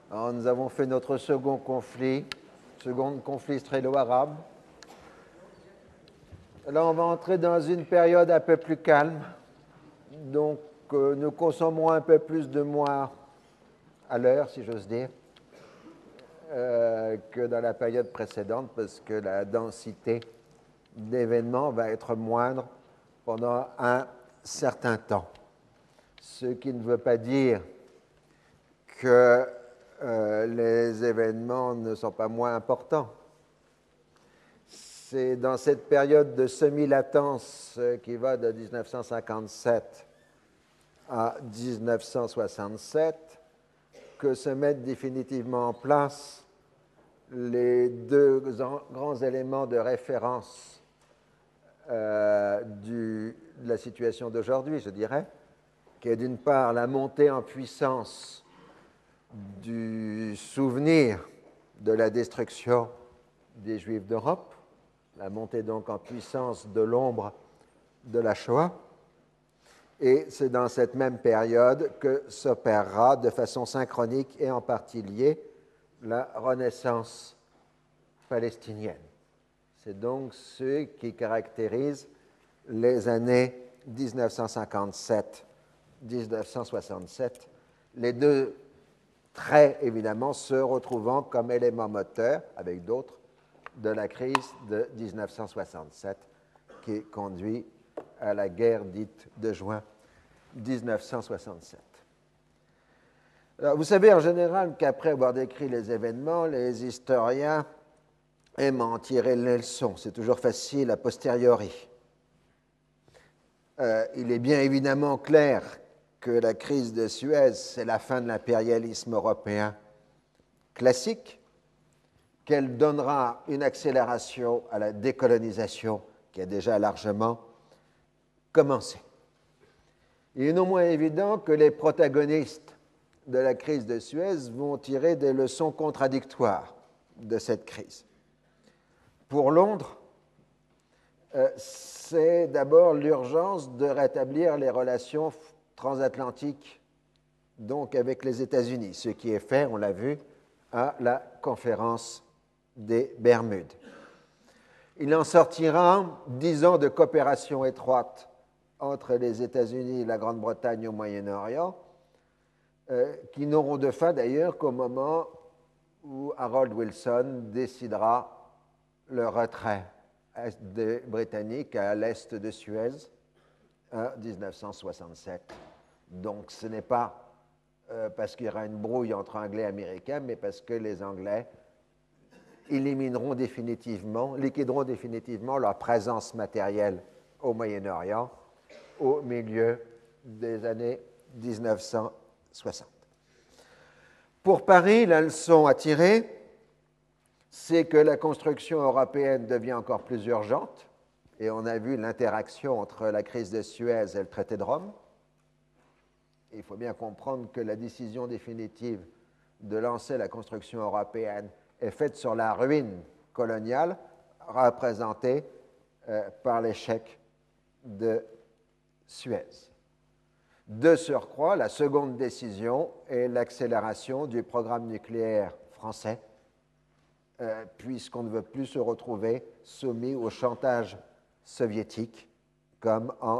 Alors, nous avons fait notre second conflit israélo-arabe. Là, on va entrer dans une période un peu plus calme. Donc, nous consommons un peu plus de mois à l'heure, si j'ose dire, que dans la période précédente, parce que la densité d'événements va être moindre pendant un certain temps. Ce qui ne veut pas dire que les événements ne sont pas moins importants. C'est dans cette période de semi-latence qui va de 1957 à 1967 que se mettent définitivement en place les deux grands éléments de référence de la situation d'aujourd'hui, je dirais, qui est d'une part la montée en puissance du souvenir de la destruction des Juifs d'Europe, la montée donc en puissance de l'ombre de la Shoah, et c'est dans cette même période que s'opérera de façon synchronique et en partie liée la Renaissance palestinienne. C'est donc ce qui caractérise les années 1957-1967, les deux traits évidemment se retrouvant comme éléments moteurs, avec d'autres, de la crise de 1967 qui conduit à la guerre dite de juin 1967. Alors, vous savez en général qu'après avoir décrit les événements, les historiens aiment en tirer les leçons. C'est toujours facile a posteriori. Il est bien évidemment clair que la crise de Suez, c'est la fin de l'impérialisme européen classique, qu'elle donnera une accélération à la décolonisation qui a déjà largement commencé. Il est non moins évident que les protagonistes de la crise de Suez vont tirer des leçons contradictoires de cette crise. Pour Londres, c'est d'abord l'urgence de rétablir les relations transatlantiques, donc avec les États-Unis, ce qui est fait, on l'a vu, à la conférence des Bermudes. Il en sortira 10 ans de coopération étroite entre les États-Unis et la Grande-Bretagne au Moyen-Orient, qui n'auront de fin d'ailleurs qu'au moment où Harold Wilson décidera le retrait des Britanniques à l'est de Suez en 1967. Donc ce n'est pas parce qu'il y aura une brouille entre Anglais et Américains, mais parce que les Anglais liquideront définitivement leur présence matérielle au Moyen-Orient au milieu des années 1960. Pour Paris, la leçon à tirer, c'est que la construction européenne devient encore plus urgente, et on a vu l'interaction entre la crise de Suez et le traité de Rome. Il faut bien comprendre que la décision définitive de lancer la construction européenne est faite sur la ruine coloniale représentée par l'échec de Suez. De surcroît, la seconde décision est l'accélération du programme nucléaire français, puisqu'on ne veut plus se retrouver soumis au chantage soviétique comme en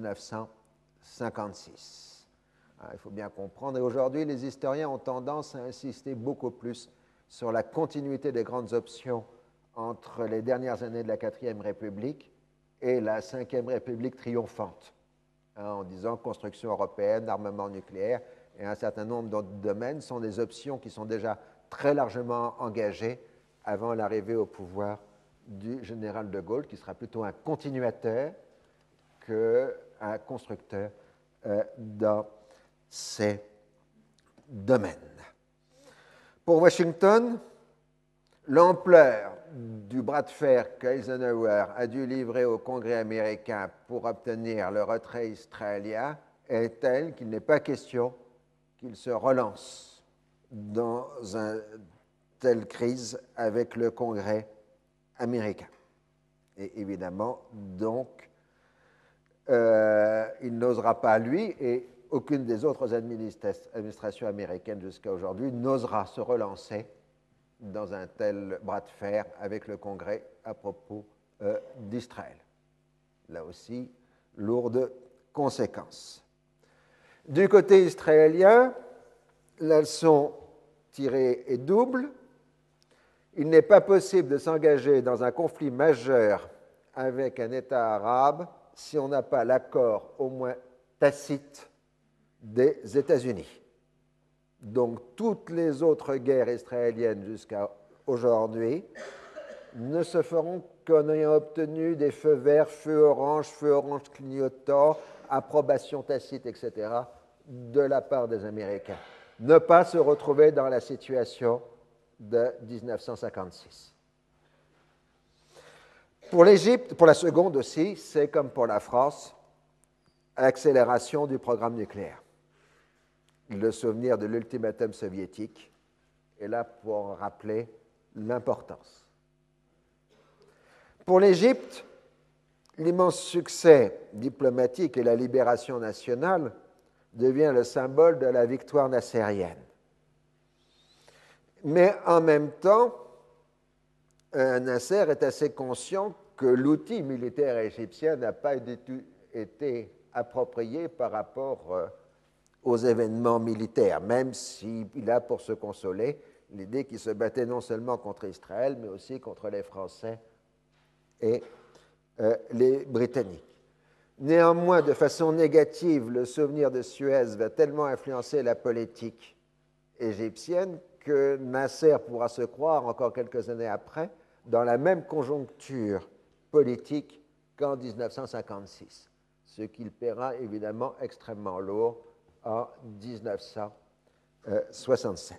1956. Il faut bien comprendre, et aujourd'hui, les historiens ont tendance à insister beaucoup plus sur la continuité des grandes options entre les dernières années de la 4e République et la 5e République triomphante, en disant construction européenne, armement nucléaire et un certain nombre d'autres domaines sont des options qui sont déjà très largement engagées avant l'arrivée au pouvoir du général de Gaulle, qui sera plutôt un continuateur qu'un constructeur dans ces domaines. Pour Washington, l'ampleur du bras de fer qu'Eisenhower a dû livrer au Congrès américain pour obtenir le retrait israélien est telle qu'il n'est pas question qu'il se relance dans une telle crise avec le Congrès américain. Et évidemment, donc, il n'osera pas, lui, et aucune des autres administrations américaines jusqu'à aujourd'hui n'osera se relancer dans un tel bras de fer avec le Congrès à propos d'Israël. Là aussi, lourde conséquences. Du côté israélien, la leçon tirée est double. Il n'est pas possible de s'engager dans un conflit majeur avec un État arabe si on n'a pas l'accord au moins tacite des États-Unis. Donc toutes les autres guerres israéliennes jusqu'à aujourd'hui ne se feront qu'en ayant obtenu des feux verts, feux orange clignotant, approbation tacite, etc., de la part des Américains. Ne pas se retrouver dans la situation de 1956. Pour l'Égypte, pour la seconde aussi, c'est comme pour la France, accélération du programme nucléaire. Le souvenir de l'ultimatum soviétique est là pour en rappeler l'importance. Pour l'Égypte, l'immense succès diplomatique et la libération nationale devient le symbole de la victoire nassérienne. Mais en même temps, Nasser est assez conscient que l'outil militaire égyptien n'a pas été approprié par rapport aux événements militaires, même s'il a pour se consoler l'idée qu'il se battait non seulement contre Israël, mais aussi contre les Français et les Britanniques. Néanmoins, de façon négative, le souvenir de Suez va tellement influencer la politique égyptienne que Nasser pourra se croire, encore quelques années après, dans la même conjoncture politique qu'en 1956, ce qu'il paiera évidemment extrêmement lourd en 1967.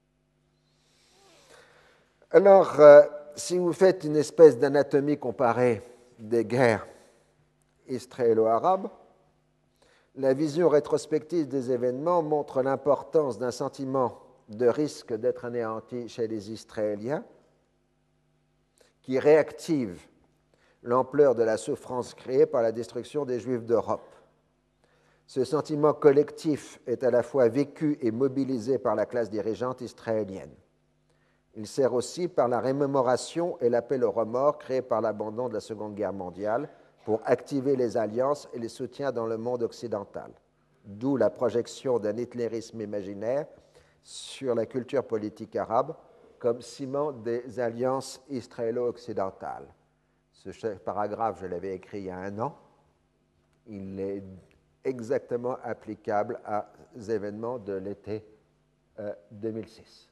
Alors, si vous faites une espèce d'anatomie comparée des guerres israélo-arabes, la vision rétrospective des événements montre l'importance d'un sentiment de risque d'être anéanti chez les Israéliens, qui réactive l'ampleur de la souffrance créée par la destruction des Juifs d'Europe. Ce sentiment collectif est à la fois vécu et mobilisé par la classe dirigeante israélienne. Il sert aussi par la rémémoration et l'appel au remords créé par l'abandon de la Seconde Guerre mondiale pour activer les alliances et les soutiens dans le monde occidental, d'où la projection d'un hitlérisme imaginaire sur la culture politique arabe comme ciment des alliances israélo-occidentales. Ce paragraphe, je l'avais écrit il y a 1 an. Il est exactement applicable aux événements de l'été 2006.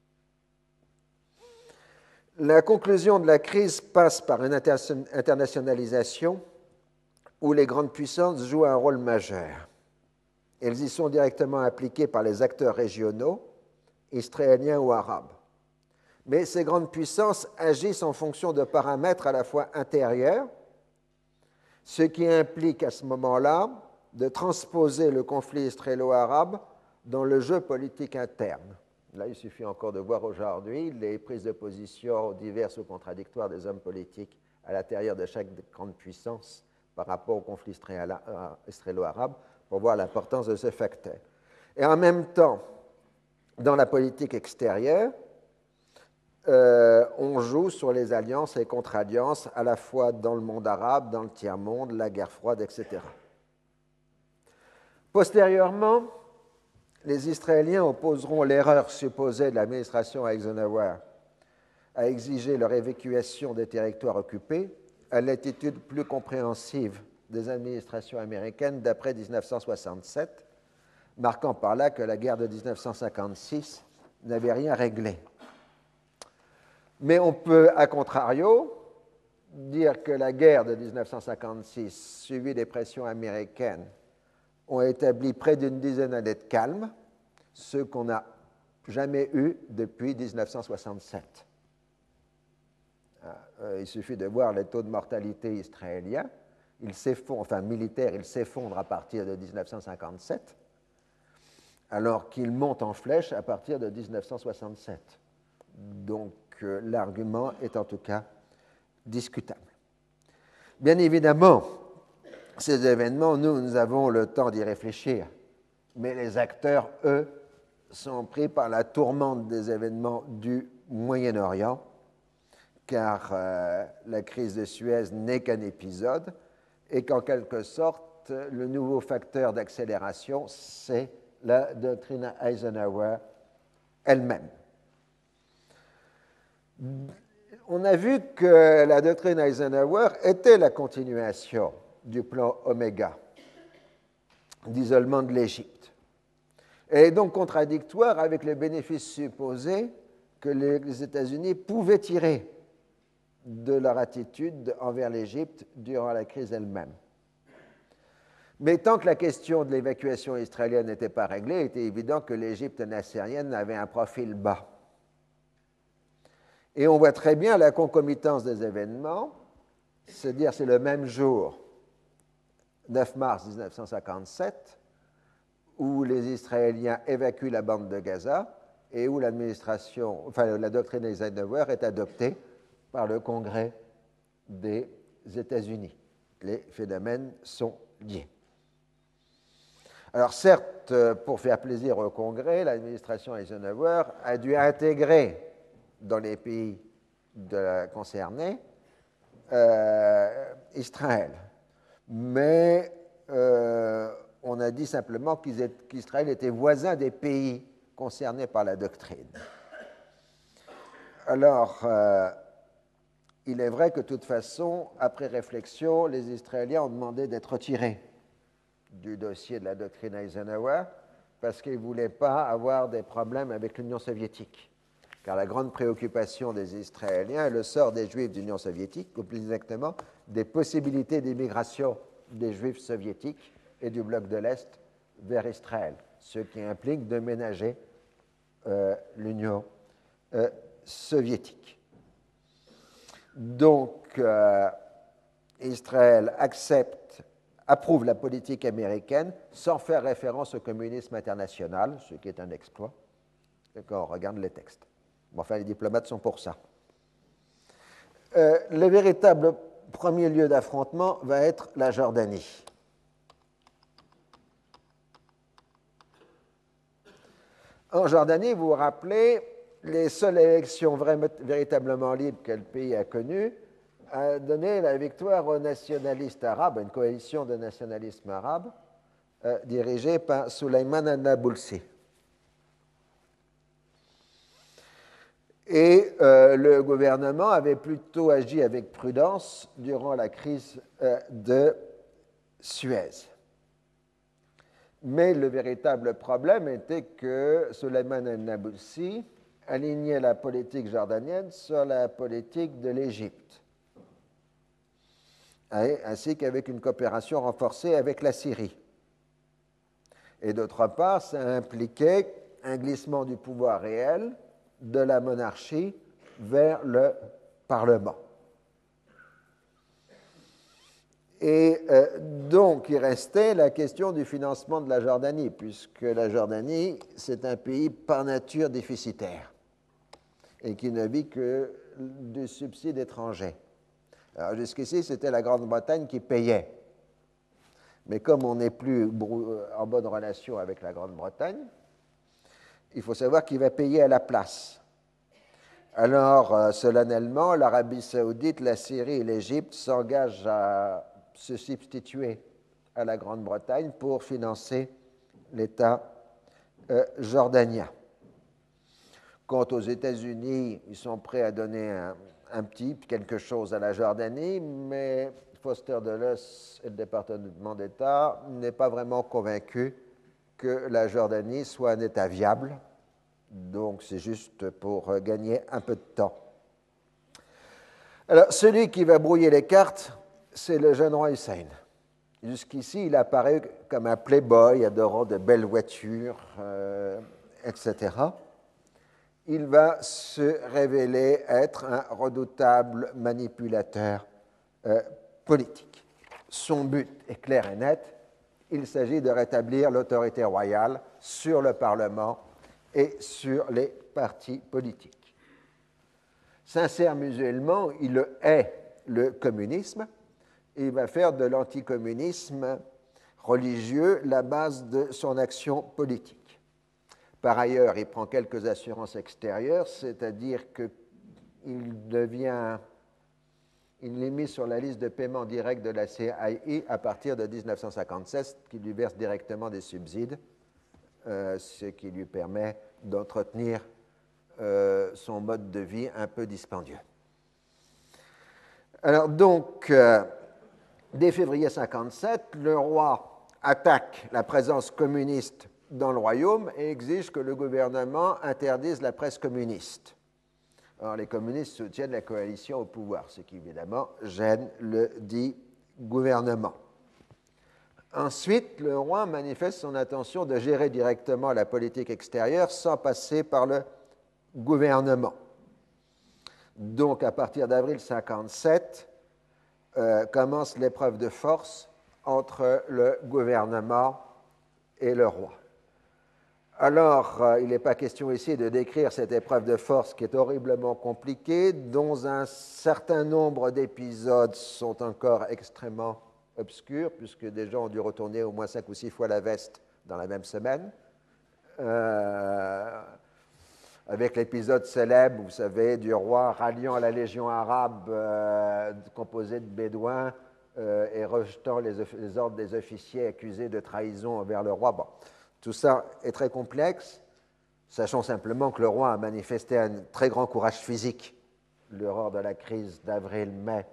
La conclusion de la crise passe par une internationalisation où les grandes puissances jouent un rôle majeur. Elles y sont directement impliquées par les acteurs régionaux, israéliens ou arabes. Mais ces grandes puissances agissent en fonction de paramètres à la fois intérieurs, ce qui implique à ce moment-là de transposer le conflit israélo-arabe dans le jeu politique interne. Là, il suffit encore de voir aujourd'hui les prises de position diverses ou contradictoires des hommes politiques à l'intérieur de chaque grande puissance par rapport au conflit israélo-arabe pour voir l'importance de ce facteur. Et en même temps, dans la politique extérieure, on joue sur les alliances et contre-alliances à la fois dans le monde arabe, dans le tiers-monde, la guerre froide, etc. Postérieurement, les Israéliens opposeront l'erreur supposée de l'administration Eisenhower à exiger leur évacuation des territoires occupés à l'attitude plus compréhensive des administrations américaines d'après 1967, marquant par là que la guerre de 1956 n'avait rien réglé. Mais on peut, à contrario, dire que la guerre de 1956, suivie des pressions américaines, ont établi près d'une dizaine d'années de calme, ce qu'on n'a jamais eu depuis 1967. Il suffit de voir les taux de mortalité israéliens. Militaires, ils s'effondrent à partir de 1957, alors qu'ils montent en flèche à partir de 1967. Donc, l'argument est en tout cas discutable. Bien évidemment, ces événements, nous avons le temps d'y réfléchir mais les acteurs, eux, sont pris par la tourmente des événements du Moyen-Orient, car la crise de Suez n'est qu'un épisode, et qu'en quelque sorte, le nouveau facteur d'accélération, c'est la doctrine Eisenhower elle-même. On a vu que la doctrine Eisenhower était la continuation du plan Oméga d'isolement de l'Égypte. Elle est donc contradictoire avec le bénéfice supposé que les États-Unis pouvaient tirer de leur attitude envers l'Égypte durant la crise elle-même. Mais tant que la question de l'évacuation israélienne n'était pas réglée, il était évident que l'Égypte nassérienne avait un profil bas. Et on voit très bien la concomitance des événements, c'est-à-dire c'est le même jour, 9 mars 1957, où les Israéliens évacuent la bande de Gaza et où la doctrine Eisenhower est adoptée par le Congrès des États-Unis. Les phénomènes sont liés. Alors certes, pour faire plaisir au Congrès, l'administration Eisenhower a dû intégrer dans les pays concernés Israël. Mais on a dit simplement qu'Israël était voisin des pays concernés par la doctrine. Alors, il est vrai que de toute façon, après réflexion, les Israéliens ont demandé d'être retirés du dossier de la doctrine Eisenhower parce qu'ils ne voulaient pas avoir des problèmes avec l'Union soviétique. Car la grande préoccupation des Israéliens est le sort des Juifs de l'Union soviétique, ou plus exactement, des possibilités d'immigration des Juifs soviétiques et du bloc de l'Est vers Israël, ce qui implique de ménager l'Union soviétique. Donc, Israël approuve la politique américaine sans faire référence au communisme international, ce qui est un exploit, quand on regarde les textes. Bon, enfin, les diplomates sont pour ça. Le véritable premier lieu d'affrontement va être la Jordanie. En Jordanie, vous vous rappelez, les seules élections véritablement libres que le pays a connues a donné la victoire aux nationalistes arabes, une coalition de nationalisme arabe dirigée par Souleymane al-Nabulsi. Et le gouvernement avait plutôt agi avec prudence durant la crise de Suez. Mais le véritable problème était que Souleymane al-Nabulsi alignait la politique jordanienne sur la politique de l'Égypte, ainsi qu'avec une coopération renforcée avec la Syrie. Et d'autre part, ça impliquait un glissement du pouvoir réel de la monarchie vers le Parlement. Et donc, il restait la question du financement de la Jordanie, puisque la Jordanie, c'est un pays par nature déficitaire et qui ne vit que de subsides étrangers. Alors, jusqu'ici, c'était la Grande-Bretagne qui payait. Mais comme on n'est plus en bonne relation avec la Grande-Bretagne, il faut savoir qui va payer à la place. Alors, solennellement, l'Arabie saoudite, la Syrie et l'Égypte s'engagent à se substituer à la Grande-Bretagne pour financer l'État jordanien. Quant aux États-Unis, ils sont prêts à donner quelque chose à la Jordanie, mais Foster Dulles et le département d'État n'est pas vraiment convaincu que la Jordanie soit un État viable. Donc, c'est juste pour gagner un peu de temps. Alors, celui qui va brouiller les cartes, c'est le jeune roi Hussein. Jusqu'ici, il apparaît comme un playboy adorant de belles voitures, etc. Il va se révéler être un redoutable manipulateur politique. Son but est clair et net. Il s'agit de rétablir l'autorité royale sur le Parlement et sur les partis politiques. Sincère musulman, il hait le communisme et il va faire de l'anticommunisme religieux la base de son action politique. Par ailleurs, il prend quelques assurances extérieures, c'est-à-dire qu'il est mis sur la liste de paiement direct de la CIA à partir de 1957, qui lui verse directement des subsides, ce qui lui permet d'entretenir son mode de vie un peu dispendieux. Alors donc, dès février 1957, le roi attaque la présence communiste dans le royaume et exige que le gouvernement interdise la presse communiste. Alors, les communistes soutiennent la coalition au pouvoir, ce qui évidemment gêne le dit gouvernement. Ensuite, le roi manifeste son intention de gérer directement la politique extérieure sans passer par le gouvernement. Donc, à partir d'avril 1957, commence l'épreuve de force entre le gouvernement et le roi. Alors, il n'est pas question ici de décrire cette épreuve de force qui est horriblement compliquée, dont un certain nombre d'épisodes sont encore extrêmement obscurs, puisque des gens ont dû retourner au moins 5 ou 6 fois la veste dans la même semaine. Avec l'épisode célèbre, vous savez, du roi ralliant la légion arabe composée de bédouins et rejetant les ordres des officiers accusés de trahison envers le roi. Bon, tout ça est très complexe. Sachant simplement que le roi a manifesté un très grand courage physique lors de la crise d'avril-mai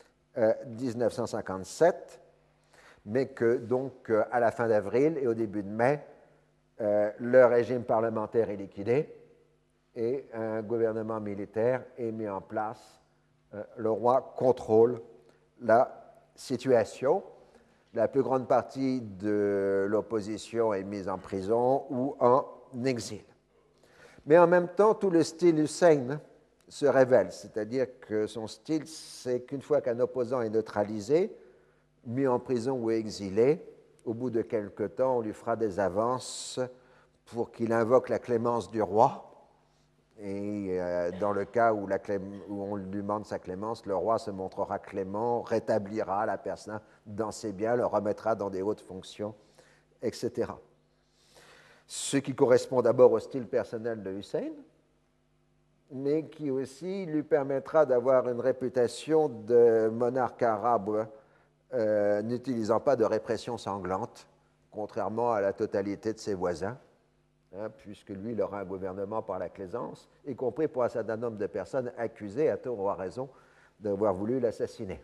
1957, mais que donc à la fin d'avril et au début de mai, le régime parlementaire est liquidé et un gouvernement militaire est mis en place. Le roi contrôle la situation. La plus grande partie de l'opposition est mise en prison ou en exil. Mais en même temps, tout le style Hussein se révèle, c'est-à-dire que son style, c'est qu'une fois qu'un opposant est neutralisé, mis en prison ou exilé, au bout de quelque temps, on lui fera des avances pour qu'il invoque la clémence du roi. Et dans le cas où on lui demande sa clémence, le roi se montrera clément, rétablira la personne dans ses biens, le remettra dans des hautes fonctions, etc. Ce qui correspond d'abord au style personnel de Hussein, mais qui aussi lui permettra d'avoir une réputation de monarque arabe n'utilisant pas de répression sanglante, contrairement à la totalité de ses voisins. Puisque lui, il aura un gouvernement par la clémence, y compris pour un certain nombre de personnes accusées, à tort ou à raison, d'avoir voulu l'assassiner.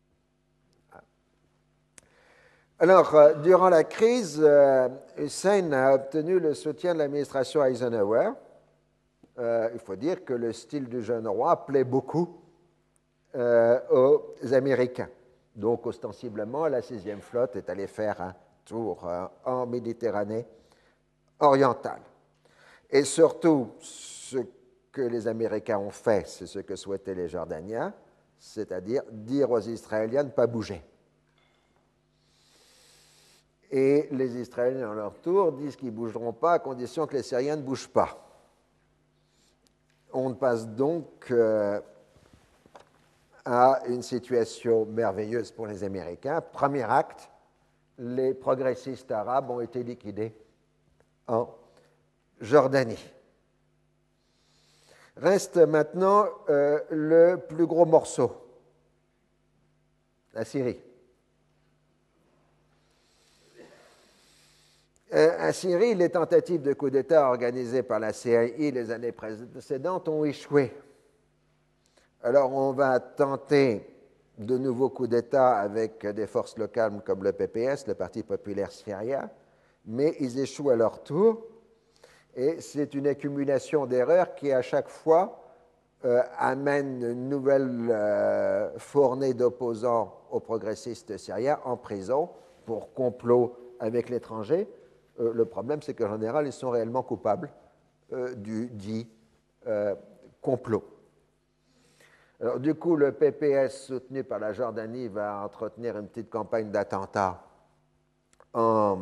Alors, durant la crise, Hussein a obtenu le soutien de l'administration Eisenhower. Il faut dire que le style du jeune roi plaît beaucoup aux Américains. Donc, ostensiblement, la 6e flotte est allée faire un tour en Méditerranée orientale. Et surtout, ce que les Américains ont fait, c'est ce que souhaitaient les Jordaniens, c'est-à-dire dire aux Israéliens de ne pas bouger. Et les Israéliens, à leur tour, disent qu'ils ne bougeront pas à condition que les Syriens ne bougent pas. On passe donc à une situation merveilleuse pour les Américains. Premier acte, les progressistes arabes ont été liquidés en Jordanie. Reste maintenant le plus gros morceau, la Syrie. En Syrie, les tentatives de coup d'État organisées par la CIA les années précédentes ont échoué. Alors on va tenter de nouveaux coups d'État avec des forces locales comme le PPS, le Parti populaire syrien, mais ils échouent à leur tour. Et c'est une accumulation d'erreurs qui, à chaque fois, amène une nouvelle fournée d'opposants aux progressistes syriens en prison pour complot avec l'étranger. Le problème, c'est qu'en général, ils sont réellement coupables du dit complot. Alors, du coup, le PPS, soutenu par la Jordanie, va entretenir une petite campagne d'attentats en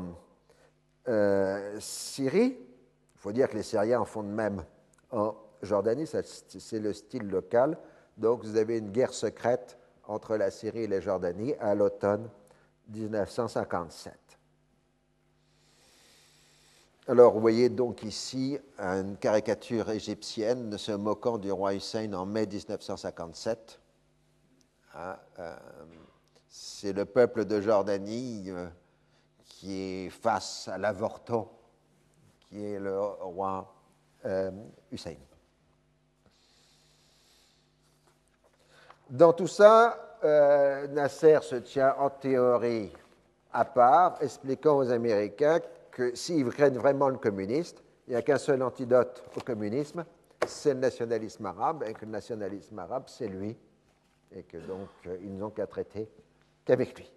Syrie. Il faut dire que les Syriens en font de même en Jordanie, c'est le style local. Donc, vous avez une guerre secrète entre la Syrie et la Jordanie à l'automne 1957. Alors, vous voyez donc ici une caricature égyptienne se moquant du roi Hussein en mai 1957. C'est le peuple de Jordanie qui est face à l'avorton, qui est le roi Hussein. Dans tout ça, Nasser se tient en théorie à part, expliquant aux Américains que s'ils craignent vraiment le communisme, il n'y a qu'un seul antidote au communisme, c'est le nationalisme arabe, et que le nationalisme arabe, c'est lui, et que donc ils n'ont qu'à traiter qu'avec lui.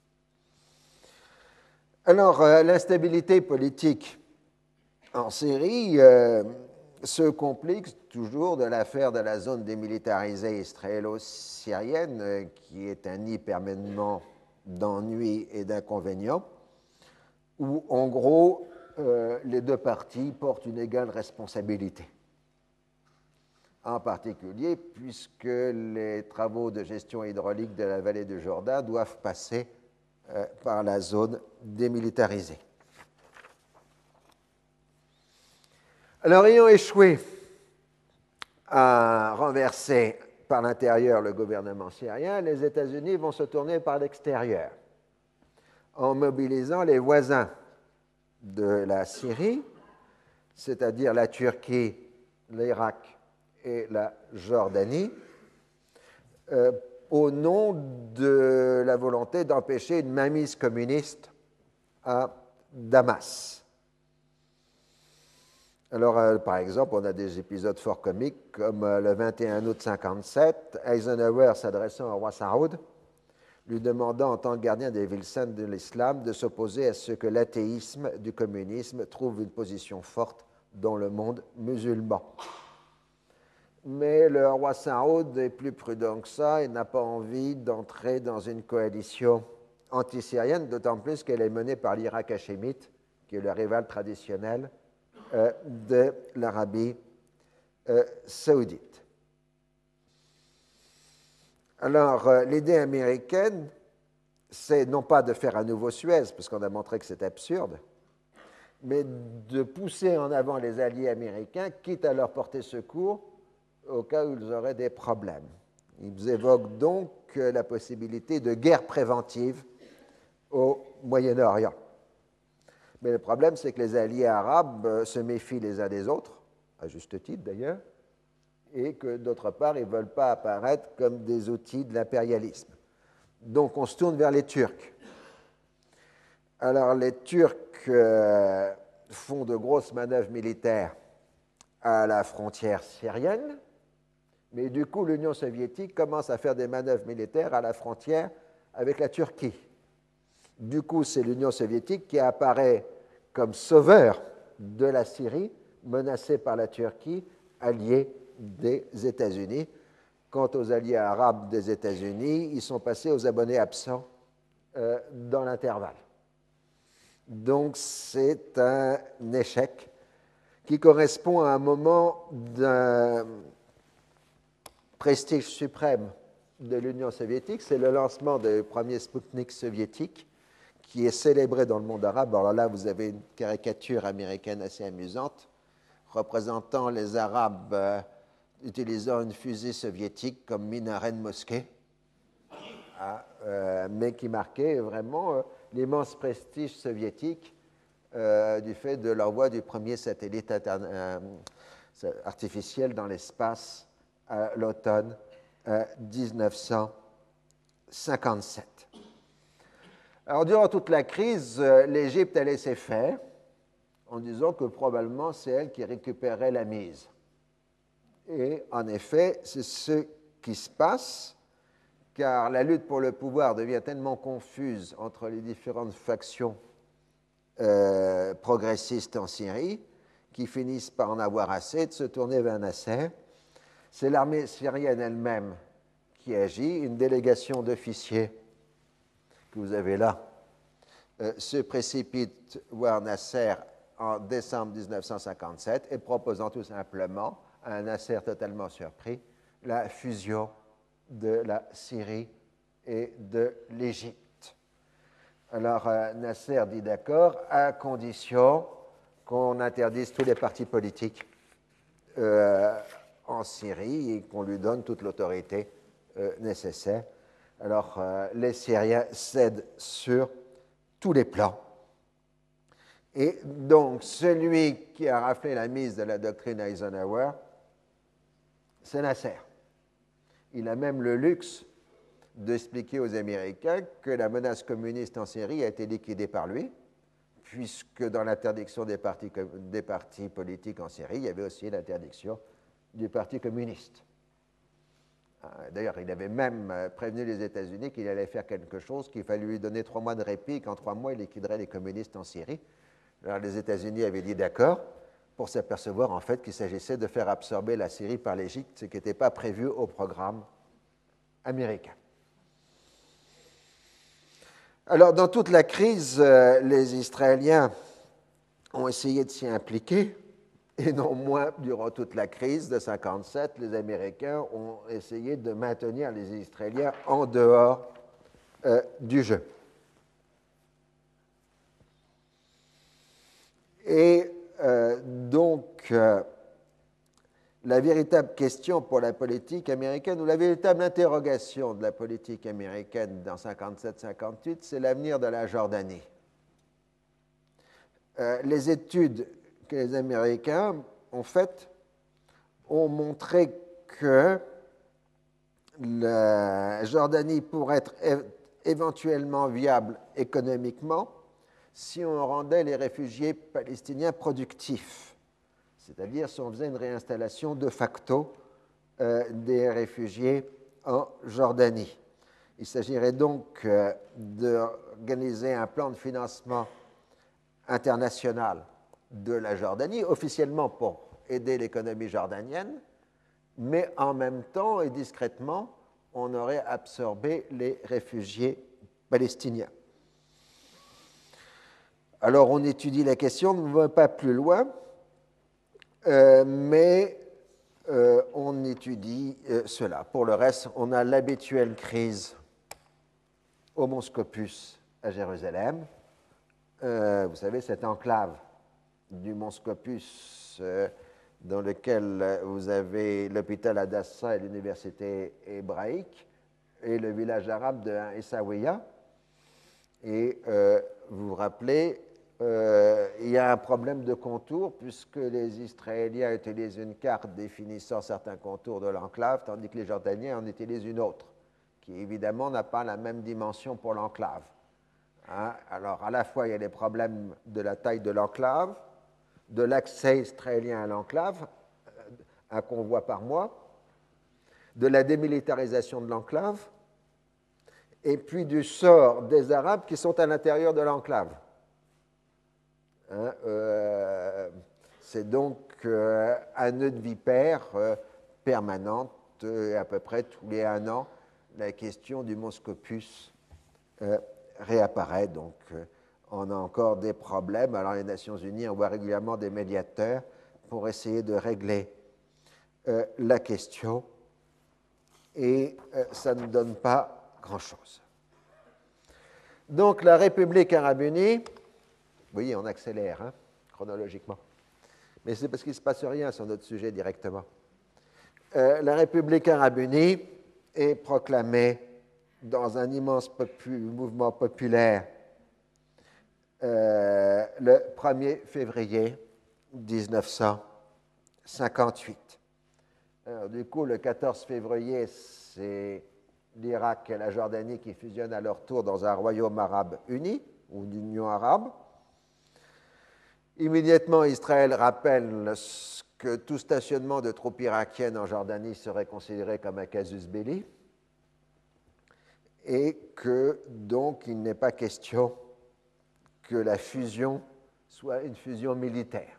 Alors, l'instabilité politique en Syrie se complique toujours de l'affaire de la zone démilitarisée israélo-syrienne, qui est un nid permanent d'ennuis et d'inconvénients, où, en gros, les deux parties portent une égale responsabilité. En particulier, puisque les travaux de gestion hydraulique de la vallée du Jourdain doivent passer par la zone démilitarisée. Alors, ayant échoué à renverser par l'intérieur le gouvernement syrien, les États-Unis vont se tourner par l'extérieur en mobilisant les voisins de la Syrie, c'est-à-dire la Turquie, l'Irak et la Jordanie, au nom de la volonté d'empêcher une mainmise communiste à Damas. Alors, par exemple, on a des épisodes fort comiques, comme le 21 août 1957, Eisenhower s'adressant au roi Saoud, lui demandant, en tant que gardien des villes saintes de l'islam, de s'opposer à ce que l'athéisme du communisme trouve une position forte dans le monde musulman. Mais le roi Saoud est plus prudent que ça et n'a pas envie d'entrer dans une coalition anti-syrienne, d'autant plus qu'elle est menée par l'Irak hachémite, qui est le rival traditionnel de l'Arabie saoudite. Alors, l'idée américaine, c'est non pas de faire un nouveau Suez, parce qu'on a montré que c'est absurde, mais de pousser en avant les alliés américains, quitte à leur porter secours au cas où ils auraient des problèmes. Ils évoquent donc la possibilité de guerre préventive au Moyen-Orient. Mais le problème, c'est que les alliés arabes se méfient les uns des autres, à juste titre d'ailleurs, et que d'autre part, ils ne veulent pas apparaître comme des outils de l'impérialisme. Donc on se tourne vers les Turcs. Alors les Turcs font de grosses manœuvres militaires à la frontière syrienne, mais du coup l'Union soviétique commence à faire des manœuvres militaires à la frontière avec la Turquie. Du coup, c'est l'Union soviétique qui apparaît comme sauveur de la Syrie, menacée par la Turquie, alliée des États-Unis. Quant aux alliés arabes des États-Unis, ils sont passés aux abonnés absents dans l'intervalle. Donc, c'est un échec qui correspond à un moment d'un prestige suprême de l'Union soviétique. C'est le lancement du premier Spoutnik soviétique, qui est célébré dans le monde arabe. Alors là, vous avez une caricature américaine assez amusante représentant les Arabes utilisant une fusée soviétique comme minaret de mosquée, mais qui marquait vraiment l'immense prestige soviétique du fait de l'envoi du premier satellite artificiel dans l'espace à l'automne 1957. Alors, durant toute la crise, l'Égypte a laissé faire en disant que probablement c'est elle qui récupérait la mise. Et en effet, c'est ce qui se passe, car la lutte pour le pouvoir devient tellement confuse entre les différentes factions progressistes en Syrie qui finissent par en avoir assez de se tourner vers Nasser. C'est l'armée syrienne elle-même qui agit, une délégation d'officiers que vous avez là, se précipite voir Nasser en décembre 1957 et proposant tout simplement à un Nasser totalement surpris la fusion de la Syrie et de l'Égypte. Alors Nasser dit d'accord à condition qu'on interdise tous les partis politiques en Syrie et qu'on lui donne toute l'autorité nécessaire. Alors, les Syriens cèdent sur tous les plans. Et donc, celui qui a raflé la mise de la doctrine Eisenhower, c'est Nasser. Il a même le luxe d'expliquer aux Américains que la menace communiste en Syrie a été liquidée par lui, puisque dans l'interdiction des partis politiques en Syrie, il y avait aussi l'interdiction du Parti communiste. D'ailleurs, il avait même prévenu les États-Unis qu'il allait faire quelque chose, qu'il fallait lui donner 3 mois de répit, et qu'en 3 mois, il liquiderait les communistes en Syrie. Alors, les États-Unis avaient dit d'accord, pour s'apercevoir en fait qu'il s'agissait de faire absorber la Syrie par l'Égypte, ce qui n'était pas prévu au programme américain. Alors, dans toute la crise, les Israéliens ont essayé de s'y impliquer, et non moins durant toute la crise de 1957, les Américains ont essayé de maintenir les Israéliens en dehors du jeu. Et donc, la véritable question pour la politique américaine, ou la véritable interrogation de la politique américaine dans 1957-1958, c'est l'avenir de la Jordanie. Les études que les Américains ont faites ont montré que la Jordanie pourrait être éventuellement viable économiquement si on rendait les réfugiés palestiniens productifs, c'est-à-dire si on faisait une réinstallation de facto des réfugiés en Jordanie. Il s'agirait donc d'organiser un plan de financement international de la Jordanie, officiellement pour aider l'économie jordanienne, mais en même temps et discrètement, on aurait absorbé les réfugiés palestiniens. Alors, on étudie la question, on ne va pas plus loin, mais on étudie cela. Pour le reste, on a l'habituelle crise au Mont Scopus à Jérusalem. Vous savez, cette enclave du Mont Scopus dans lequel vous avez l'hôpital Hadassah et l'université hébraïque et le village arabe de Essaouia. Et vous vous rappelez, il y a un problème de contour puisque les Israéliens utilisent une carte définissant certains contours de l'enclave, tandis que les Jordaniens en utilisent une autre, qui évidemment n'a pas la même dimension pour l'enclave. Hein? Alors, à la fois, il y a les problèmes de la taille de l'enclave, de l'accès israélien à l'enclave, un convoi par mois, de la démilitarisation de l'enclave, et puis du sort des Arabes qui sont à l'intérieur de l'enclave. Hein, c'est donc un nœud de vipère permanente, à peu près tous les 1 an, la question du Mont Scopus réapparaît. Donc, on a encore des problèmes. Alors, les Nations Unies envoient régulièrement des médiateurs pour essayer de régler la question, et ça ne donne pas grand-chose. Donc, la République arabe unie, vous voyez, on accélère hein, chronologiquement, mais c'est parce qu'il ne se passe rien sur notre sujet directement. La République arabe unie est proclamée dans un immense mouvement populaire le 1er février 1958. Alors, du coup, le 14 février, c'est l'Irak et la Jordanie qui fusionnent à leur tour dans un royaume arabe uni, ou une union arabe. Immédiatement, Israël rappelle que tout stationnement de troupes irakiennes en Jordanie serait considéré comme un casus belli, et que donc il n'est pas question que la fusion soit une fusion militaire.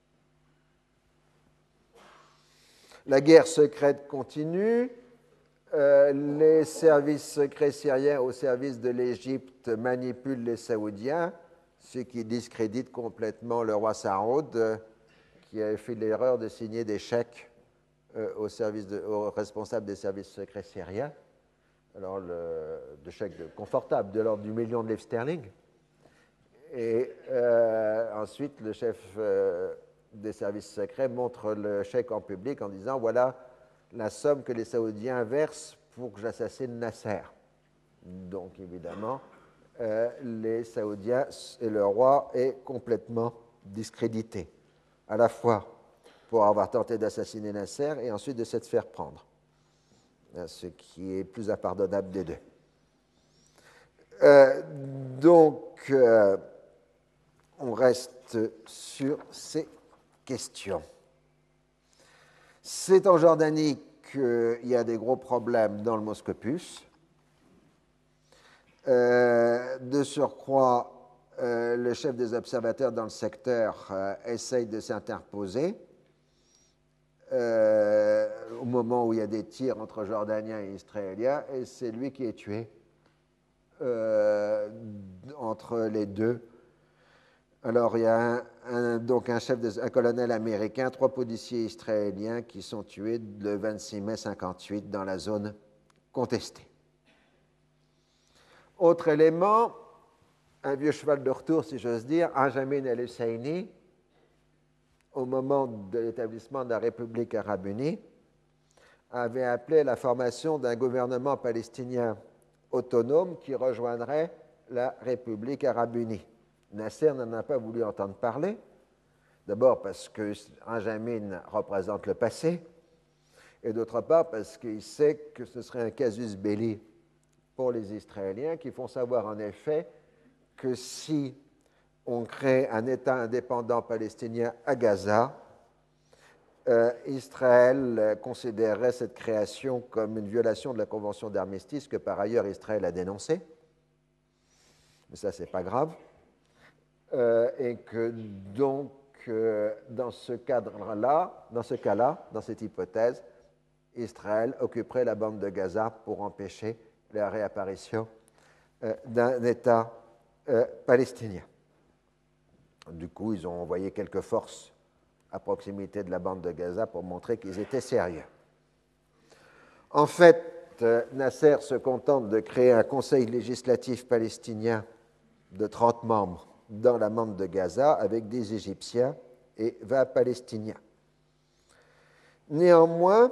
La guerre secrète continue. Les services secrets syriens au service de l'Égypte manipulent les Saoudiens, ce qui discrédite complètement le roi Saoud, qui avait fait l'erreur de signer des chèques aux responsables des services secrets syriens. Alors, de chèques confortables de l'ordre du million de livres sterling. Et ensuite, le chef des services secrets montre le chèque en public en disant voilà la somme que les Saoudiens versent pour que j'assassine Nasser. Donc, évidemment, les Saoudiens et le roi est complètement discrédité, à la fois pour avoir tenté d'assassiner Nasser et ensuite de s'être faire prendre, ce qui est plus impardonnable des deux. Donc, on reste sur ces questions. C'est en Jordanie qu'il y a des gros problèmes dans le Moscopus. De surcroît, le chef des observateurs dans le secteur essaye de s'interposer au moment où il y a des tirs entre Jordaniens et Israéliens, et c'est lui qui est tué entre les deux. Alors, il y a donc un colonel américain, 3 policiers israéliens qui sont tués le 26 mai 1958 dans la zone contestée. Autre élément, un vieux cheval de retour, si j'ose dire, Benjamin el-Husseini, au moment de l'établissement de la République arabe unie, avait appelé la formation d'un gouvernement palestinien autonome qui rejoindrait la République arabe unie. Nasser n'en a pas voulu entendre parler, d'abord parce que Benjamin représente le passé, et d'autre part parce qu'il sait que ce serait un casus belli pour les Israéliens, qui font savoir en effet que si on crée un État indépendant palestinien à Gaza, Israël considérerait cette création comme une violation de la Convention d'armistice que par ailleurs Israël a dénoncée. Mais ça, c'est pas grave. Et que donc, dans ce cadre-là, dans ce cas-là, dans cette hypothèse, Israël occuperait la bande de Gaza pour empêcher la réapparition d'un État palestinien. Du coup, ils ont envoyé quelques forces à proximité de la bande de Gaza pour montrer qu'ils étaient sérieux. En fait, Nasser se contente de créer un conseil législatif palestinien de 30 membres dans la bande de Gaza avec des Égyptiens et 20 Palestiniens. Néanmoins,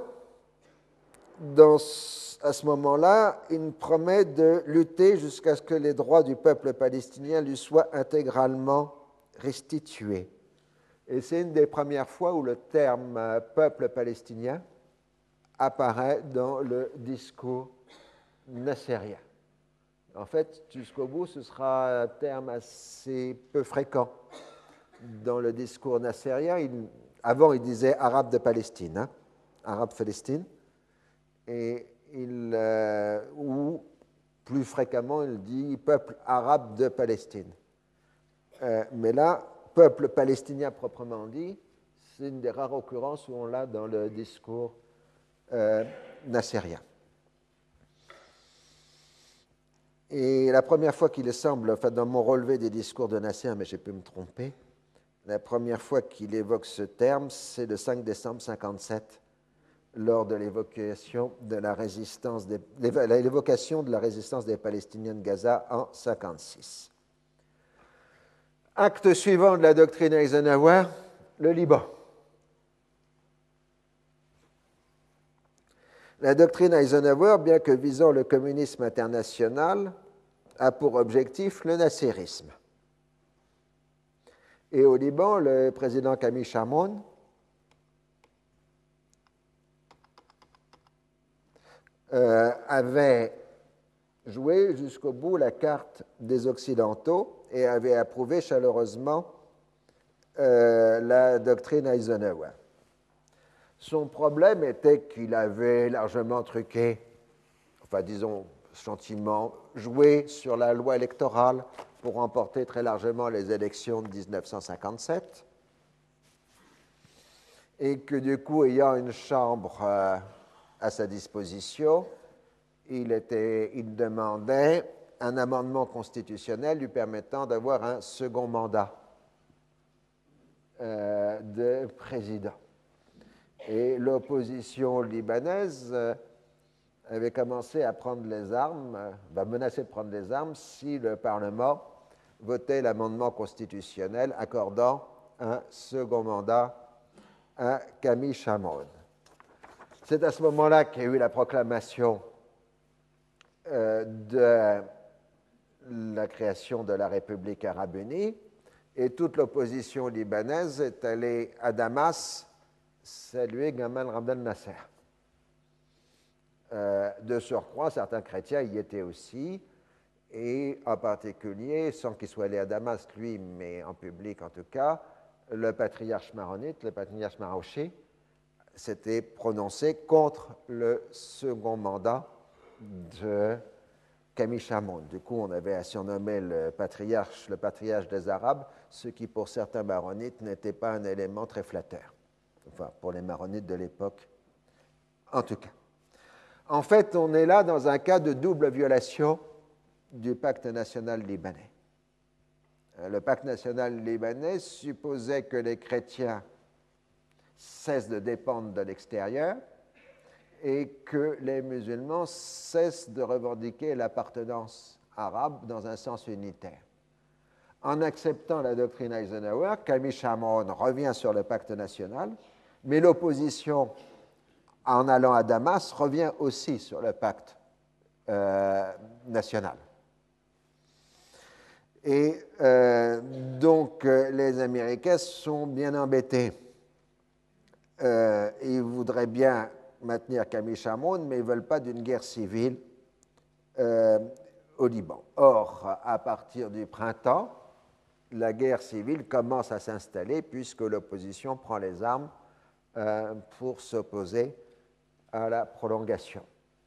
à ce moment-là, il promet de lutter jusqu'à ce que les droits du peuple palestinien lui soient intégralement restitués. Et c'est une des premières fois où le terme peuple palestinien apparaît dans le discours nassérien. En fait, jusqu'au bout, ce sera un terme assez peu fréquent dans le discours nassérien. Avant, il disait arabe de Palestine, hein, arabe Palestine, et ou plus fréquemment, il dit peuple arabe de Palestine. Mais là, peuple palestinien proprement dit, c'est une des rares occurrences où on l'a dans le discours nassérien. Et la première fois qu'il semble, enfin dans mon relevé des discours de Nasser, mais j'ai pu me tromper, la première fois qu'il évoque ce terme, c'est le 5 décembre 1957, lors de l'évocation de la résistance des Palestiniens de Gaza en 1956. Acte suivant de la doctrine Eisenhower, le Liban. La doctrine Eisenhower, bien que visant le communisme international, a pour objectif le nasserisme. Et au Liban, le président Camille Chamoun avait joué jusqu'au bout la carte des Occidentaux et avait approuvé chaleureusement la doctrine Eisenhower. Son problème était qu'il avait largement truqué, enfin disons gentiment, joué sur la loi électorale pour remporter très largement les élections de 1957, et que du coup, ayant une chambre à sa disposition, il demandait un amendement constitutionnel lui permettant d'avoir un second mandat de président. Et l'opposition libanaise avait commencé à prendre les armes, va menacer de prendre les armes si le Parlement voté l'amendement constitutionnel accordant un second mandat à Camille Chamoun. C'est à ce moment-là qu'il y a eu la proclamation de la création de la République arabe unie, et toute l'opposition libanaise est allée à Damas saluer Gamal Abdel Nasser. De surcroît, certains chrétiens y étaient aussi, et en particulier, sans qu'il soit allé à Damas, lui, mais en public en tout cas, le patriarche maronite, le patriarche Maroché, s'était prononcé contre le second mandat de Camille Chamoun. Du coup, on avait à surnommer le patriarche des Arabes, ce qui pour certains maronites n'était pas un élément très flatteur. Enfin, pour les maronites de l'époque, en tout cas. En fait, on est là dans un cas de double violation du pacte national libanais. Le pacte national libanais supposait que les chrétiens cessent de dépendre de l'extérieur et que les musulmans cessent de revendiquer l'appartenance arabe dans un sens unitaire. En acceptant la doctrine Eisenhower, Camille Chamoun revient sur le pacte national, mais l'opposition, en allant à Damas, revient aussi sur le pacte national. Et donc, les Américains sont bien embêtés. Ils voudraient bien maintenir Camille Chamoun, mais ils ne veulent pas d'une guerre civile au Liban. Or, à partir du printemps, la guerre civile commence à s'installer puisque l'opposition prend les armes pour s'opposer à la prolongation.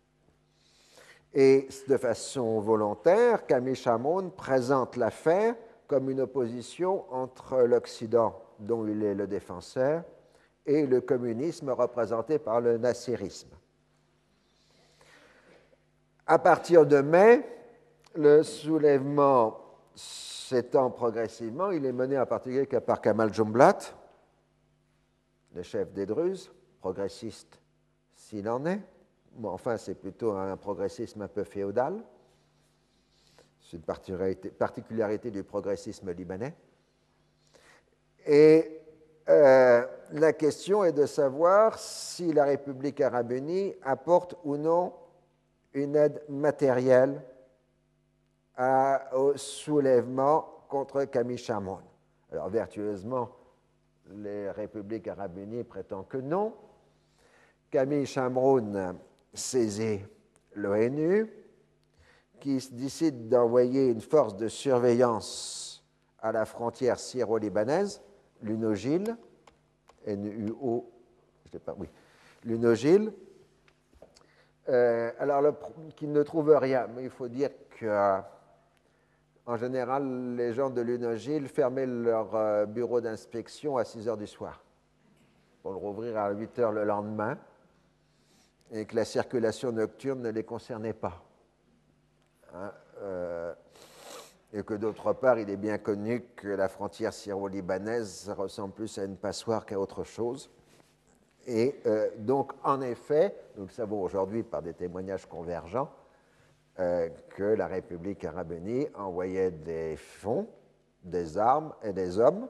Et de façon volontaire, Camille Chamoun présente l'affaire comme une opposition entre l'Occident, dont il est le défenseur, et le communisme représenté par le nasserisme. À partir de mai, le soulèvement s'étend progressivement. Il est mené en particulier par Kamal Jumblat, le chef des Druzes, progressiste s'il en est. Bon, enfin, c'est plutôt un progressisme un peu féodal. C'est une particularité du progressisme libanais. Et la question est de savoir si la République arabe unie apporte ou non une aide matérielle au soulèvement contre Camille Chamoun. Alors, vertueusement, les républiques arabes unies prétendent que non. Camille Chamoun saisit l'ONU, qui décide d'envoyer une force de surveillance à la frontière syro-libanaise, l'UNOGIL, N-U-O, je sais pas, oui, l'UNOGIL. Alors, qu'il ne trouve rien, mais il faut dire que en général, les gens de l'UNOGIL fermaient leur bureau d'inspection à 6 heures du soir pour le rouvrir à 8 heures le lendemain et que la circulation nocturne ne les concernait pas. Et que d'autre part, il est bien connu que la frontière syro-libanaise ressemble plus à une passoire qu'à autre chose. Et donc, en effet, nous le savons aujourd'hui par des témoignages convergents, que la République arabe unie envoyait des fonds, des armes et des hommes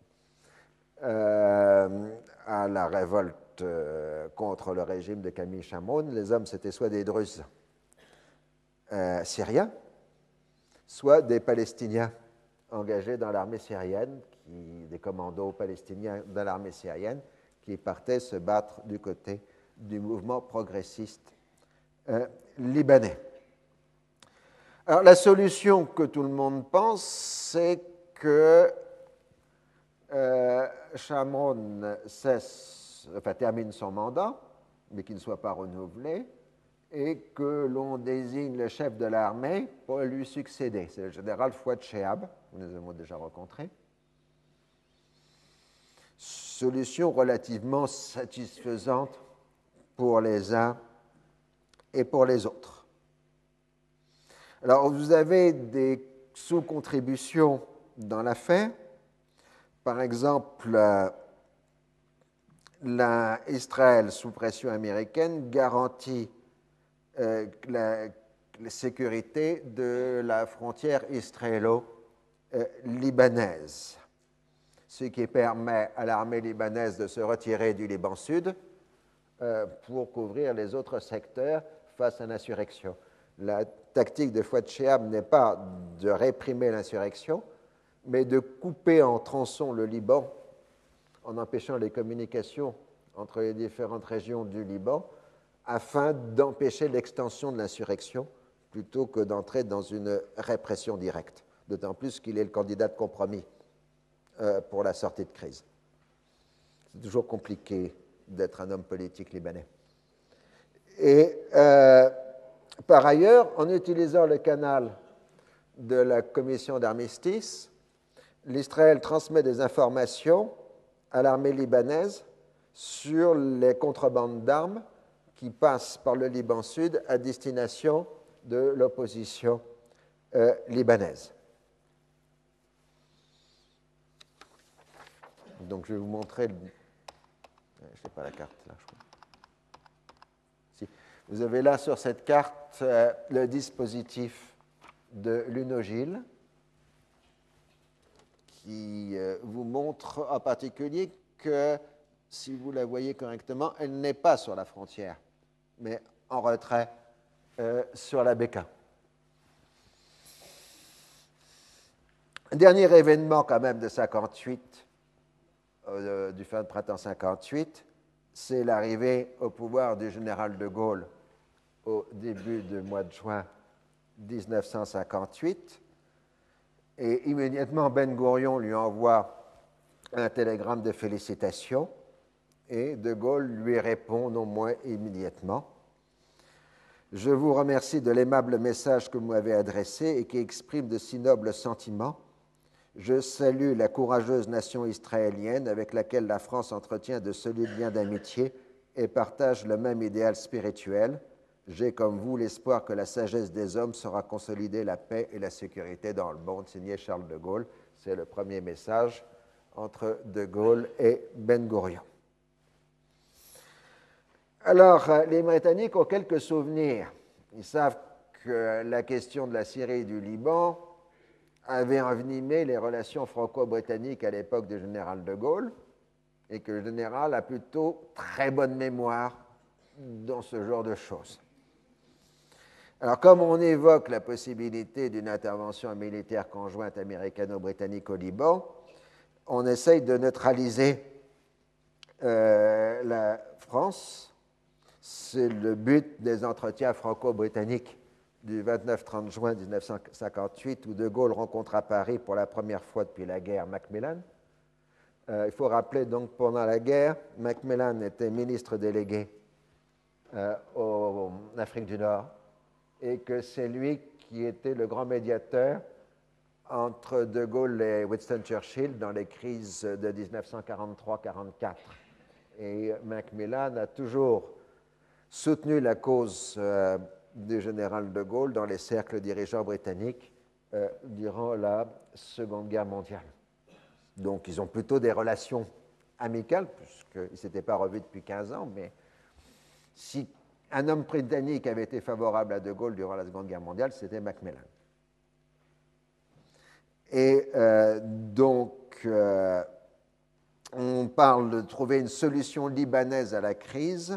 à la révolte contre le régime de Camille Chamoun. Les hommes, c'était soit des Druzes syriens, soit des Palestiniens engagés dans l'armée syrienne, des commandos palestiniens de l'armée syrienne qui partaient se battre du côté du mouvement progressiste libanais. Alors, la solution que tout le monde pense, c'est que Chamoun termine son mandat, mais qu'il ne soit pas renouvelé, et que l'on désigne le chef de l'armée pour lui succéder. C'est le général Fouad Chehab, nous les avons déjà rencontrés. Solution relativement satisfaisante pour les uns et pour les autres. Alors, vous avez des sous-contributions dans l'affaire. Par exemple, Israël, sous pression américaine, garantit la sécurité de la frontière israélo-égyptienne. libanaise, ce qui permet à l'armée libanaise de se retirer du Liban Sud pour couvrir les autres secteurs face à l'insurrection. La tactique de Fouad Chehab n'est pas de réprimer l'insurrection, mais de couper en tronçons le Liban en empêchant les communications entre les différentes régions du Liban afin d'empêcher l'extension de l'insurrection plutôt que d'entrer dans une répression directe, d'autant plus qu'il est le candidat de compromis pour la sortie de crise. C'est toujours compliqué d'être un homme politique libanais. Et par ailleurs, en utilisant le canal de la commission d'armistice, l'Israël transmet des informations à l'armée libanaise sur les contrebandes d'armes qui passent par le Liban Sud à destination de l'opposition libanaise. Donc, je vais vous montrer. Je n'ai pas la carte là, je crois. Si. Vous avez là sur cette carte le dispositif de l'Unogil qui vous montre en particulier que, si vous la voyez correctement, elle n'est pas sur la frontière, mais en retrait sur la Beka. Dernier événement quand même de 58, du fin de printemps 58, c'est l'arrivée au pouvoir du général de Gaulle au début du mois de juin 1958. Et immédiatement, Ben Gourion lui envoie un télégramme de félicitations et de Gaulle lui répond non moins immédiatement. Je vous remercie de l'aimable message que vous m'avez adressé et qui exprime de si nobles sentiments. Je salue la courageuse nation israélienne avec laquelle la France entretient de solides liens d'amitié et partage le même idéal spirituel. J'ai, comme vous, l'espoir que la sagesse des hommes saura consolider la paix et la sécurité dans le monde. Signé Charles de Gaulle. C'est le premier message entre de Gaulle et Ben Gourion. Alors, les Britanniques ont quelques souvenirs. Ils savent que la question de la Syrie et du Liban avait envenimé les relations franco-britanniques à l'époque du général de Gaulle et que le général a plutôt très bonne mémoire dans ce genre de choses. Alors, comme on évoque la possibilité d'une intervention militaire conjointe américano-britannique au Liban, on essaye de neutraliser la France. C'est le but des entretiens franco-britanniques du 29-30 juin 1958, où De Gaulle rencontre à Paris pour la première fois depuis la guerre Macmillan. Il faut rappeler donc pendant la guerre, Macmillan était ministre délégué en Afrique du Nord et que c'est lui qui était le grand médiateur entre De Gaulle et Winston Churchill dans les crises de 1943-44. Et Macmillan a toujours soutenu la cause du général de Gaulle dans les cercles dirigeants britanniques durant la Seconde Guerre mondiale. Donc, ils ont plutôt des relations amicales, puisqu'ils ne s'étaient pas revus depuis 15 ans, mais si un homme britannique avait été favorable à de Gaulle durant la Seconde Guerre mondiale, c'était Macmillan. Et donc, on parle de trouver une solution libanaise à la crise,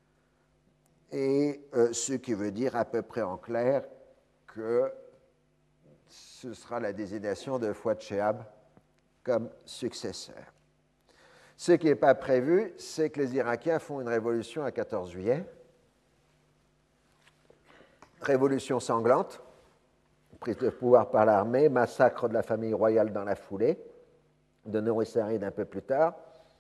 et ce qui veut dire à peu près en clair que ce sera la désignation de Fouad Chehab comme successeur. Ce qui n'est pas prévu, c'est que les Irakiens font une révolution à 14 juillet, révolution sanglante, prise de pouvoir par l'armée, massacre de la famille royale dans la foulée, de Nouri Sarid un peu plus tard.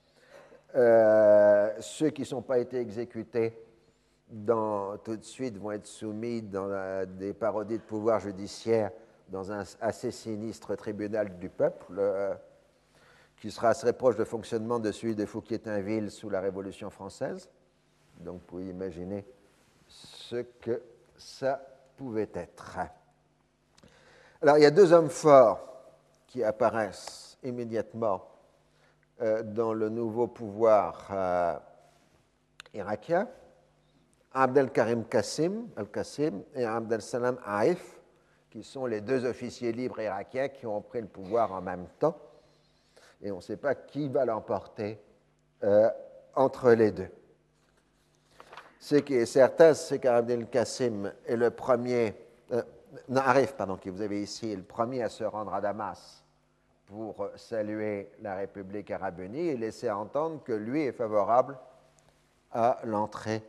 Ceux qui ne sont pas été exécutés tout de suite vont être soumis dans des parodies de pouvoir judiciaire dans un assez sinistre tribunal du peuple, qui sera assez proche de fonctionnement de celui de Fouquier-Tinville sous la Révolution française. Donc, vous pouvez imaginer ce que ça pouvait être. Alors, il y a deux hommes forts qui apparaissent immédiatement dans le nouveau pouvoir irakien, Abdel Karim Qassim Al-Qassim et Abdel Salam Haïf, qui sont les deux officiers libres irakiens qui ont pris le pouvoir en même temps. Et on ne sait pas qui va l'emporter entre les deux. Ce qui est certain, c'est qu'Abdel Qasim est le premier, Arif, pardon, que vous avez ici, est le premier à se rendre à Damas pour saluer la République arabe unie et laisser entendre que lui est favorable à l'entrée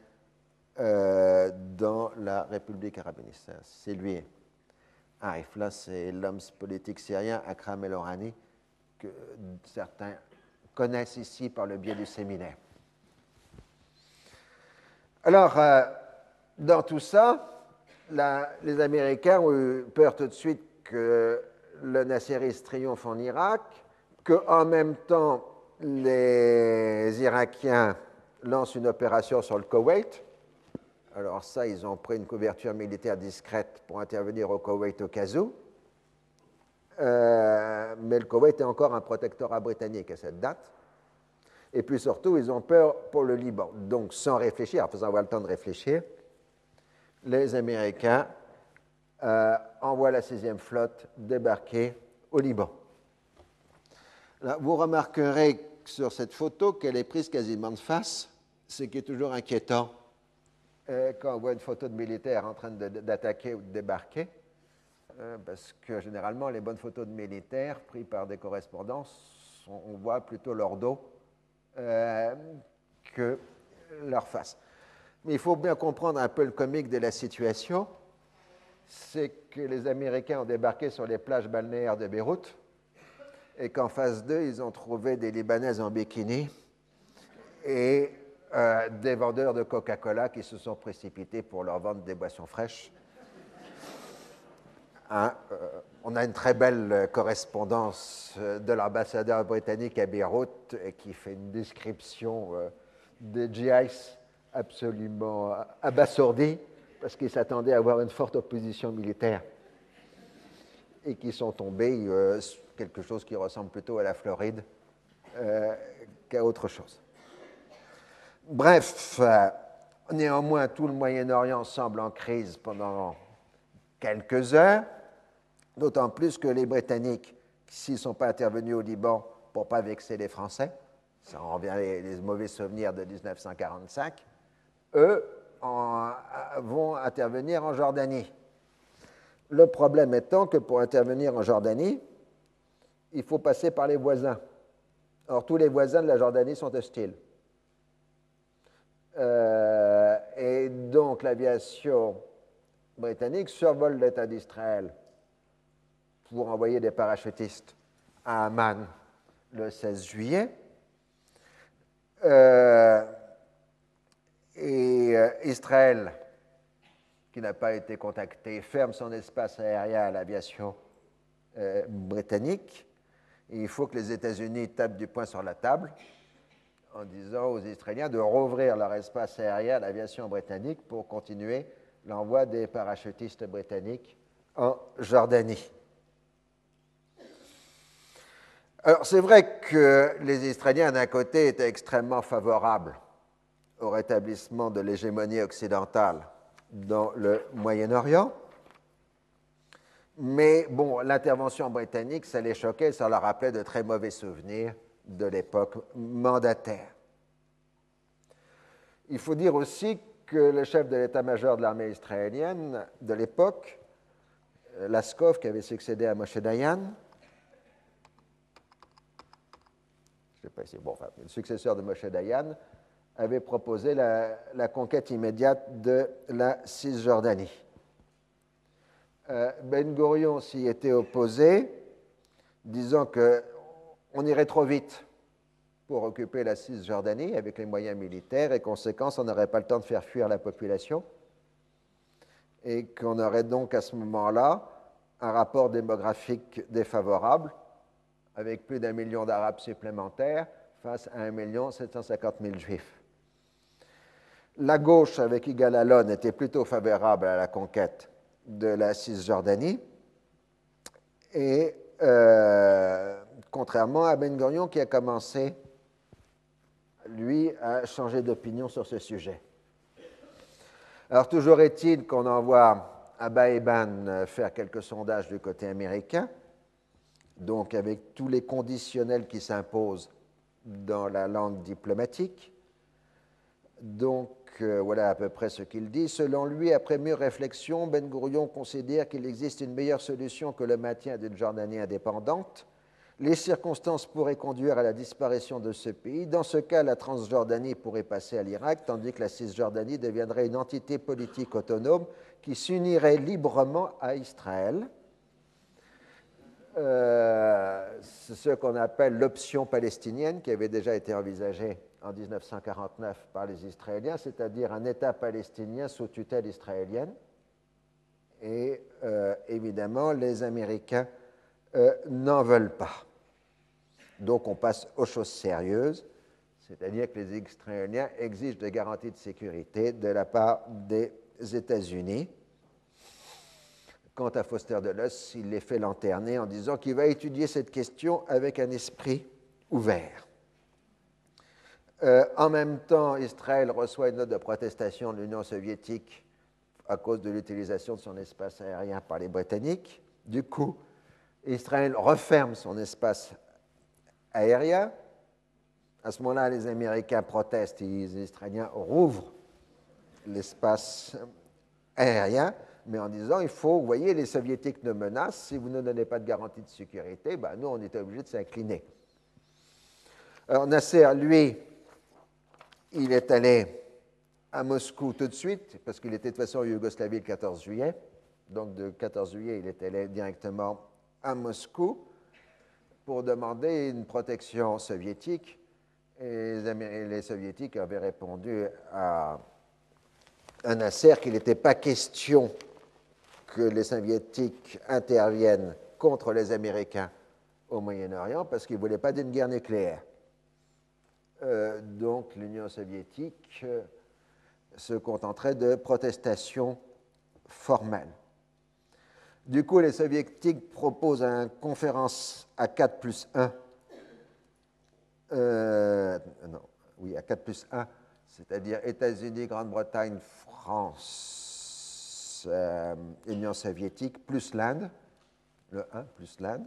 dans la République arabe unie. C'est lui, Arif. Là, c'est l'homme politique syrien, Akram El-Orani, que certains connaissent ici par le biais du séminaire. Alors, dans tout ça, les Américains ont eu peur tout de suite que le nasseriste triomphe en Irak, qu'en même temps, les Irakiens lancent une opération sur le Koweït. Alors ça, ils ont pris une couverture militaire discrète pour intervenir au Koweït au cas où. Mais le Koweït est encore un protectorat britannique à cette date. Et puis surtout, ils ont peur pour le Liban. Donc, sans réfléchir, en faisant avoir le temps de réfléchir, les Américains envoient la 6e flotte débarquer au Liban. Là, vous remarquerez sur cette photo qu'elle est prise quasiment de face, ce qui est toujours inquiétant quand on voit une photo de militaires en train d'attaquer ou de débarquer, parce que généralement, les bonnes photos de militaires prises par des correspondants, on voit plutôt leur dos que leur face. Mais il faut bien comprendre un peu le comique de la situation, c'est que les Américains ont débarqué sur les plages balnéaires de Beyrouth et qu'en face d'eux, ils ont trouvé des Libanaises en bikini et des vendeurs de Coca-Cola qui se sont précipités pour leur vendre des boissons fraîches. On a une très belle correspondance de l'ambassadeur britannique à Beyrouth qui fait une description des GIs absolument abasourdis parce qu'ils s'attendaient à avoir une forte opposition militaire et qui sont tombés quelque chose qui ressemble plutôt à la Floride qu'à autre chose. Bref, néanmoins, tout le Moyen-Orient semble en crise pendant quelques heures, d'autant plus que les Britanniques, s'ils ne sont pas intervenus au Liban pour ne pas vexer les Français, ça en revient les mauvais souvenirs de 1945, eux vont intervenir en Jordanie. Le problème étant que pour intervenir en Jordanie, il faut passer par les voisins. Or, tous les voisins de la Jordanie sont hostiles. Et donc, l'aviation britannique survole l'État d'Israël pour envoyer des parachutistes à Amman le 16 juillet. Israël, qui n'a pas été contacté, ferme son espace aérien à l'aviation britannique. Et il faut que les États-Unis tapent du poing sur la table en disant aux Israéliens de rouvrir leur espace aérien à l'aviation britannique pour continuer l'envoi des parachutistes britanniques en Jordanie. Alors, c'est vrai que les Israéliens, d'un côté, étaient extrêmement favorables au rétablissement de l'hégémonie occidentale dans le Moyen-Orient, mais bon, l'intervention britannique, ça les choquait, ça leur rappelait de très mauvais souvenirs de l'époque mandataire. Il faut dire aussi que le chef de l'état-major de l'armée israélienne de l'époque, Laskov, qui avait succédé à Moshe Dayan, je ne sais pas si, bon, enfin, le successeur de Moshe Dayan, avait proposé la conquête immédiate de la Cisjordanie. Ben Gurion s'y était opposé, disant qu'on irait trop vite pour occuper la Cisjordanie avec les moyens militaires et conséquence, on n'aurait pas le temps de faire fuir la population et qu'on aurait donc à ce moment-là un rapport démographique défavorable avec plus d'1 million d'Arabes supplémentaires face à 1 750 000 Juifs. La gauche, avec Yigal Allon, était plutôt favorable à la conquête de la Cisjordanie et contrairement à Ben Gurion qui a commencé, lui, à changer d'opinion sur ce sujet. Alors, toujours est-il qu'on envoie Abba Eban faire quelques sondages du côté américain, donc avec tous les conditionnels qui s'imposent dans la langue diplomatique. Donc, voilà à peu près ce qu'il dit. Selon lui, après mûre réflexion, Ben Gourion considère qu'il existe une meilleure solution que le maintien d'une Jordanie indépendante. Les circonstances pourraient conduire à la disparition de ce pays. Dans ce cas, la Transjordanie pourrait passer à l'Irak, tandis que la Cisjordanie deviendrait une entité politique autonome qui s'unirait librement à Israël. C'est ce qu'on appelle l'option palestinienne, qui avait déjà été envisagée en 1949 par les Israéliens, c'est-à-dire un État palestinien sous tutelle israélienne. Et évidemment, les Américains n'en veulent pas. Donc on passe aux choses sérieuses, c'est-à-dire que les Israéliens exigent des garanties de sécurité de la part des États-Unis. Quant à Foster Dulles, il les fait lanterner en disant qu'il va étudier cette question avec un esprit ouvert. En même temps, Israël reçoit une note de protestation de l'Union soviétique à cause de l'utilisation de son espace aérien par les Britanniques. Du coup, Israël referme son espace aérien. À ce moment-là, les Américains protestent et les Israéliens rouvrent l'espace aérien, mais en disant, il faut, vous voyez, les Soviétiques nous menacent, si vous ne donnez pas de garantie de sécurité, ben, nous, on est obligés de s'incliner. Alors Nasser, lui, il est allé à Moscou tout de suite, parce qu'il était de toute façon en Yougoslavie le 14 juillet, donc le 14 juillet, il est allé directement à Moscou pour demander une protection soviétique, et les Soviétiques avaient répondu à Nasser qu'il n'était pas question que les Soviétiques interviennent contre les Américains au Moyen-Orient parce qu'ils ne voulaient pas d'une guerre nucléaire. Donc l'Union soviétique se contenterait de protestations formelles. Du coup, les Soviétiques proposent une conférence à 4+1, à 4+1, c'est-à-dire États-Unis, Grande-Bretagne, France, Union soviétique, plus l'Inde, le 1 plus l'Inde,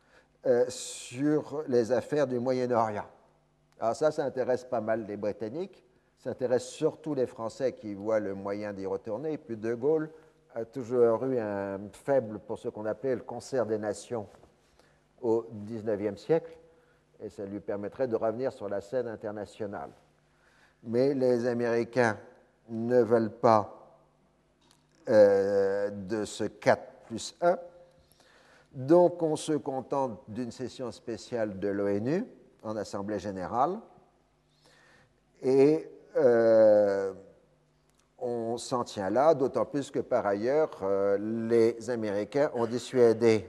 sur les affaires du Moyen-Orient. Alors ça intéresse pas mal les Britanniques, ça intéresse surtout les Français qui voient le moyen d'y retourner, et puis De Gaulle a toujours eu un faible pour ce qu'on appelait le concert des nations au XIXe siècle, et ça lui permettrait de revenir sur la scène internationale. Mais les Américains ne veulent pas de ce 4+1, donc on se contente d'une session spéciale de l'ONU en Assemblée générale, et on s'en tient là, d'autant plus que par ailleurs, les Américains ont dissuadé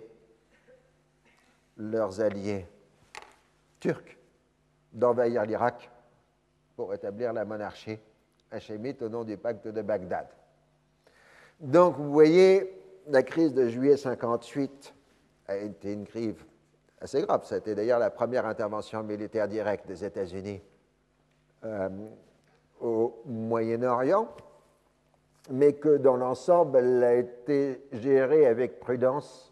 leurs alliés turcs d'envahir l'Irak pour établir la monarchie hachémite au nom du pacte de Bagdad. Donc, vous voyez, la crise de juillet 1958 a été une crise assez grave. Ça a été d'ailleurs la première intervention militaire directe des États-Unis au Moyen-Orient, mais que dans l'ensemble, elle a été gérée avec prudence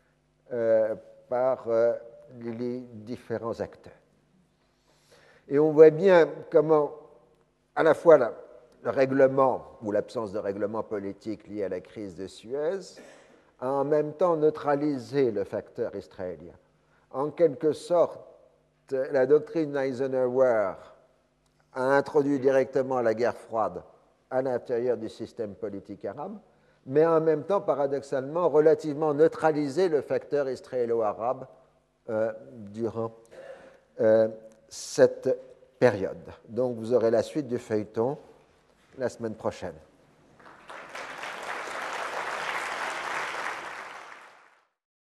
par les différents acteurs. Et on voit bien comment, à la fois le règlement ou l'absence de règlement politique lié à la crise de Suez a en même temps neutralisé le facteur israélien. En quelque sorte, la doctrine Eisenhower a introduit directement la guerre froide à l'intérieur du système politique arabe, mais en même temps, paradoxalement, relativement neutralisé le facteur israélo-arabe durant cette période. Donc vous aurez la suite du feuilleton la semaine prochaine.